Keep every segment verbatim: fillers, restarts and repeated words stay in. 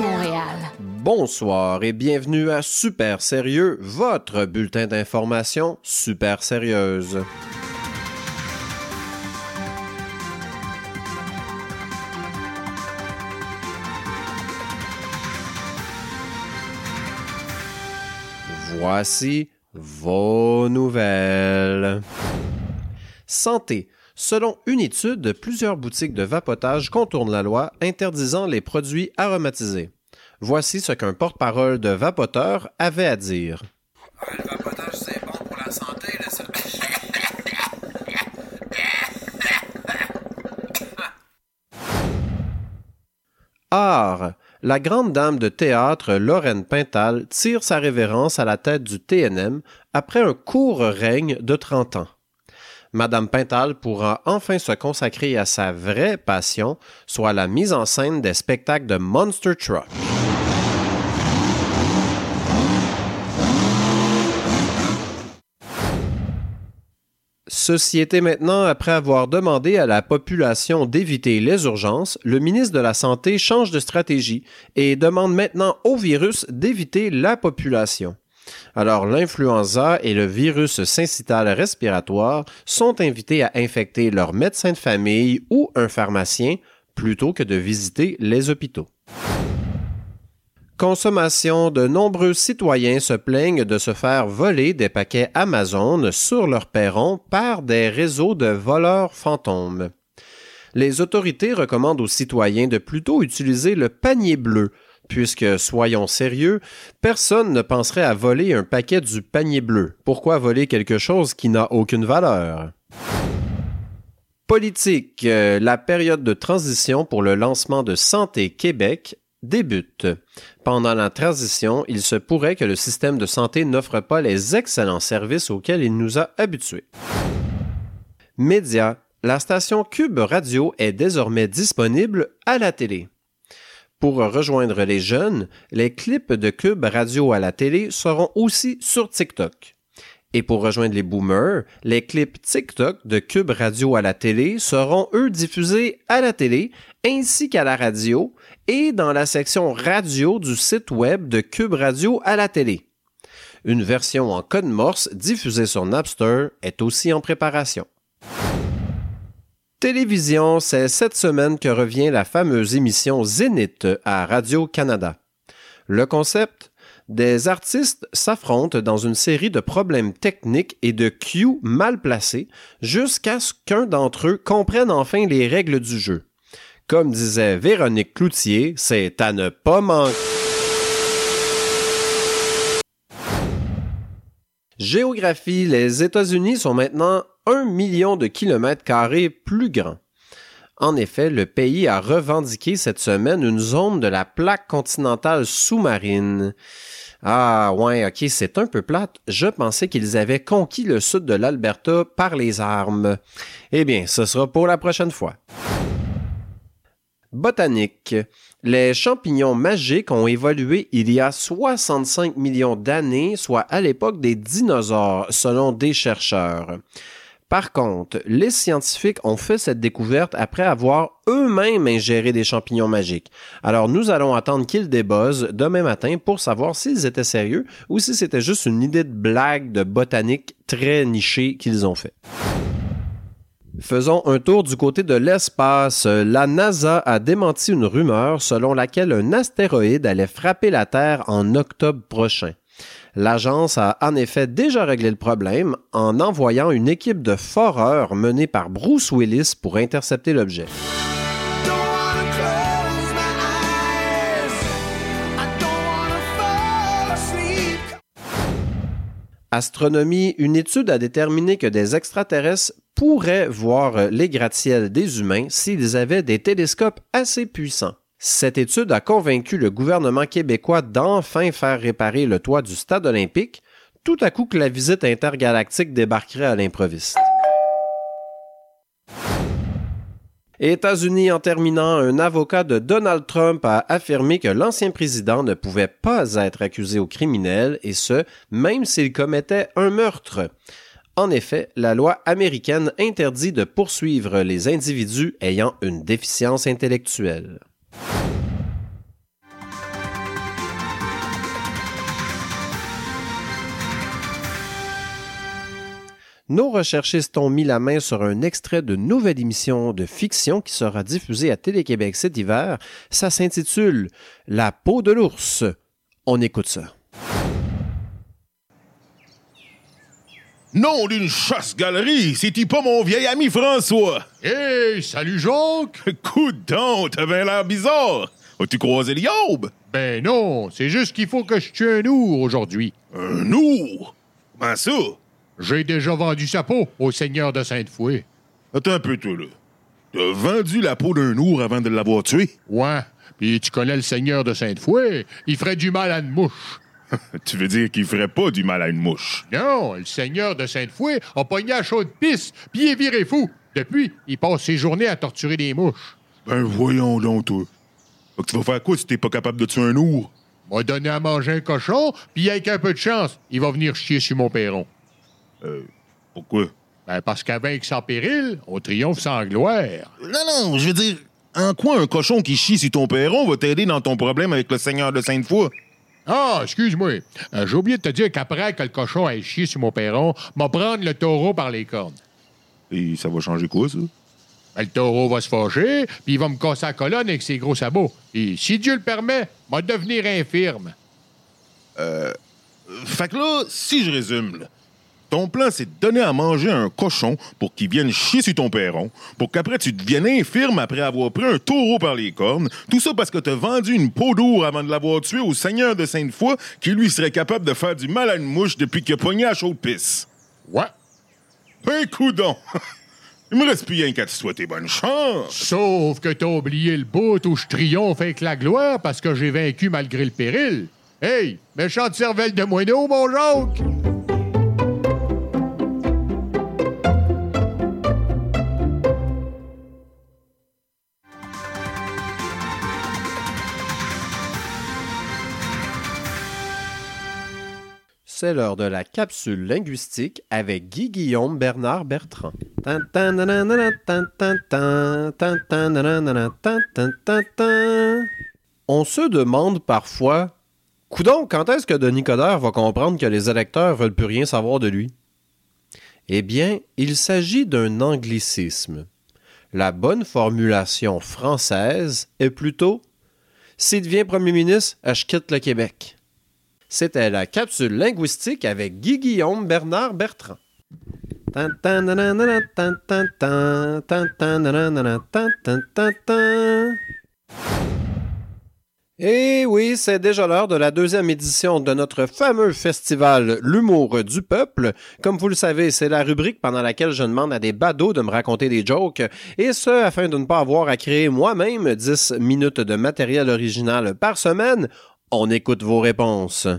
Montréal. Bonsoir et bienvenue à Super Sérieux, votre bulletin d'information super sérieuse. Voici vos nouvelles. Santé. Selon une étude, plusieurs boutiques de vapotage contournent la loi interdisant les produits aromatisés. Voici ce qu'un porte-parole de vapoteur avait à dire. Ah, le vapotage, c'est bon pour la santé, là, ça. Art. La grande dame de théâtre Lorraine Pintal tire sa révérence à la tête du T N M après un court règne de trente ans. Madame Pintal pourra enfin se consacrer à sa vraie passion, soit la mise en scène des spectacles de Monster Truck. Ceci était maintenant, après avoir demandé à la population d'éviter les urgences, le ministre de la Santé change de stratégie et demande maintenant au virus d'éviter la population. Alors, l'influenza et le virus syncytial respiratoire sont invités à infecter leur médecin de famille ou un pharmacien plutôt que de visiter les hôpitaux. Consommation. De nombreux citoyens se plaignent de se faire voler des paquets Amazon sur leur perron par des réseaux de voleurs fantômes. Les autorités recommandent aux citoyens de plutôt utiliser le panier bleu, puisque, soyons sérieux, personne ne penserait à voler un paquet du panier bleu. Pourquoi voler quelque chose qui n'a aucune valeur? Politique. La période de transition pour le lancement de Santé Québec débute. Pendant la transition, il se pourrait que le système de santé n'offre pas les excellents services auxquels il nous a habitués. Médias. La station Cube Radio est désormais disponible à la télé. Pour rejoindre les jeunes, les clips de Cube Radio à la télé seront aussi sur TikTok. Et pour rejoindre les boomers, les clips TikTok de Cube Radio à la télé seront eux diffusés à la télé ainsi qu'à la radio et dans la section radio du site web de Cube Radio à la télé. Une version en code morse diffusée sur Napster est aussi en préparation. Télévision, c'est cette semaine que revient la fameuse émission Zénith à Radio-Canada. Le concept? Des artistes s'affrontent dans une série de problèmes techniques et de cues mal placés jusqu'à ce qu'un d'entre eux comprenne enfin les règles du jeu. Comme disait Véronique Cloutier, c'est à ne pas manquer. Géographie, les États-Unis sont maintenant un million de kilomètres carrés plus grands. En effet, le pays a revendiqué cette semaine une zone de la plaque continentale sous-marine. Ah, ouais, ok, c'est un peu plate. Je pensais qu'ils avaient conquis le sud de l'Alberta par les armes. Eh bien, ce sera pour la prochaine fois. Botanique. Les champignons magiques ont évolué il y a soixante-cinq millions d'années, soit à l'époque des dinosaures, selon des chercheurs. Par contre, les scientifiques ont fait cette découverte après avoir eux-mêmes ingéré des champignons magiques. Alors nous allons attendre qu'ils débuzzent demain matin pour savoir s'ils étaient sérieux ou si c'était juste une idée de blague de botanique très nichée qu'ils ont fait. Faisons un tour du côté de l'espace. La NASA a démenti une rumeur selon laquelle un astéroïde allait frapper la Terre en octobre prochain. L'agence a en effet déjà réglé le problème en envoyant une équipe de foreurs menée par Bruce Willis pour intercepter l'objet. Astronomie, une étude a déterminé que des extraterrestres pourraient voir les gratte-ciels des humains s'ils avaient des télescopes assez puissants. Cette étude a convaincu le gouvernement québécois d'enfin faire réparer le toit du stade olympique, tout à coup que la visite intergalactique débarquerait à l'improviste. États-Unis en terminant, un avocat de Donald Trump a affirmé que l'ancien président ne pouvait pas être accusé au criminel, et ce, même s'il commettait un meurtre. En effet, la loi américaine interdit de poursuivre les individus ayant une déficience intellectuelle. nos recherchistes ont mis la main sur un extrait de nouvelle émission de fiction qui sera diffusée à Télé-Québec cet hiver. Ça s'intitule « La peau de l'ours ». On écoute ça. Nom d'une chasse-galerie, c'est-tu pas mon vieil ami François? Hey, salut Jacques! Coudon, t'as bien l'air bizarre. As-tu croisé l'yaube? Ben non, c'est juste qu'il faut que je tue un ours aujourd'hui. Un ours? Comment ça? J'ai déjà vendu sa peau au seigneur de Sainte-Foy. Attends un peu, toi, là. T'as vendu la peau d'un ours avant de l'avoir tué? Ouais, puis tu connais le seigneur de Sainte-Foy, il ferait du mal à une mouche. Tu veux dire qu'il ferait pas du mal à une mouche? Non, le seigneur de Sainte-Foy a pogné à chaude pisse, puis il est viré fou. Depuis, il passe ses journées à torturer des mouches. Ben voyons donc, toi. Fait que tu vas faire quoi si t'es pas capable de tuer un ours? M'a donné à manger un cochon, puis avec un peu de chance, il va venir chier sur mon perron. Euh, pourquoi? Ben parce qu'avec sans péril, on triomphe sans gloire. Non, non, je veux dire, en quoi un cochon qui chie sur ton perron va t'aider dans ton problème avec le seigneur de Sainte-Foy? Ah, excuse-moi. Euh, j'ai oublié de te dire qu'après que le cochon ait chié sur mon perron, m'a prendre le taureau par les cornes. Et ça va changer quoi, ça? Ben, le taureau va se fâcher, puis il va me casser la colonne avec ses gros sabots. Et si Dieu le permet, m'a devenir infirme. Euh... Fait que là, si je résume, là, ton plan, c'est de donner à manger à un cochon pour qu'il vienne chier sur ton perron, pour qu'après tu deviennes infirme après avoir pris un taureau par les cornes. Tout ça parce que t'as vendu une peau d'ours avant de l'avoir tué au seigneur de Sainte-Foy, qui lui serait capable de faire du mal à une mouche depuis qu'il a pogné à chaude pisse. Ouais. Ben coudon! Il me reste plus rien qu'à te souhaiter bonne chance. Sauf que t'as oublié le bout où je triomphe avec la gloire parce que j'ai vaincu malgré le péril. Hey, méchante cervelle de moineau, mon Jacques! C'est l'heure de la capsule linguistique avec Guy Guillaume Bernard Bertrand. Tan, tan, nanana, tan, tan, tan, tan, tan, nanana, tan, tan, tan, tan. On se demande parfois, coudonc, quand est-ce que Denis Coderre va comprendre que les électeurs veulent plus rien savoir de lui? Eh bien, il s'agit d'un anglicisme. La bonne formulation française est plutôt « S'il devient premier ministre, je quitte le Québec ». C'était la capsule linguistique avec Guy Guillaume Bernard Bertrand. Et oui, c'est déjà l'heure de la deuxième édition de notre fameux festival L'humour du peuple. Comme vous le savez, c'est la rubrique pendant laquelle je demande à des badauds de me raconter des jokes, et ce, afin de ne pas avoir à créer moi-même dix minutes de matériel original par semaine. On écoute vos réponses.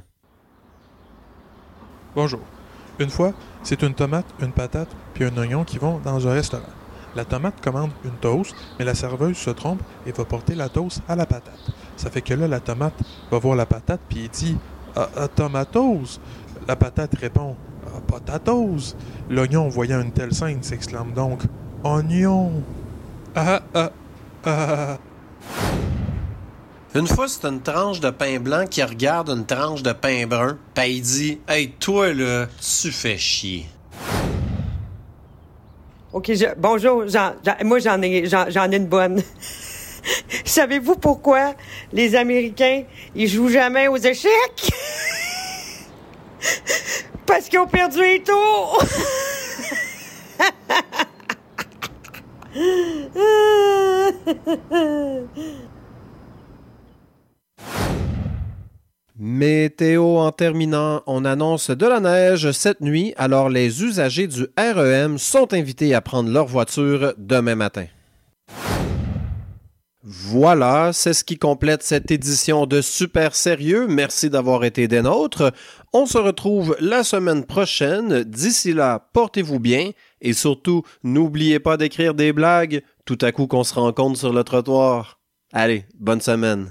Bonjour. Une fois, c'est une tomate, une patate puis un oignon qui vont dans un restaurant. La tomate commande une toast, mais la serveuse se trompe et va porter la toast à la patate. Ça fait que là, la tomate va voir la patate puis il dit ah, ah, tomatos. La patate répond ah, potatoes. L'oignon, voyant une telle scène, s'exclame donc oignon. Ah ah ah. Une fois, c'est une tranche de pain blanc qui regarde une tranche de pain brun, pis il dit « Hey, toi, là, tu fais chier. » OK, je, bonjour. J'en, j'en, moi, j'en ai, j'en, j'en ai une bonne. Savez-vous pourquoi les Américains, ils jouent jamais aux échecs? Parce qu'ils ont perdu les tours. Météo en terminant, on annonce de la neige cette nuit, alors les usagers du R E M sont invités à prendre leur voiture demain matin. Voilà, c'est ce qui complète cette édition de Super Sérieux. Merci d'avoir été des nôtres. On se retrouve la semaine prochaine. D'ici là, portez-vous bien et surtout, n'oubliez pas d'écrire des blagues tout à coup qu'on se rencontre sur le trottoir. Allez, bonne semaine.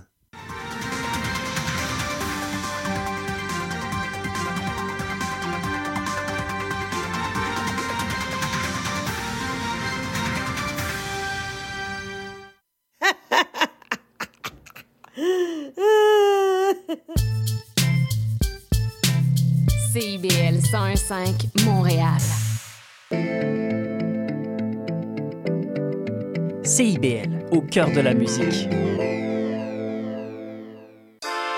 C I B L cent un virgule cinq Montréal. C I B L, au cœur de la musique.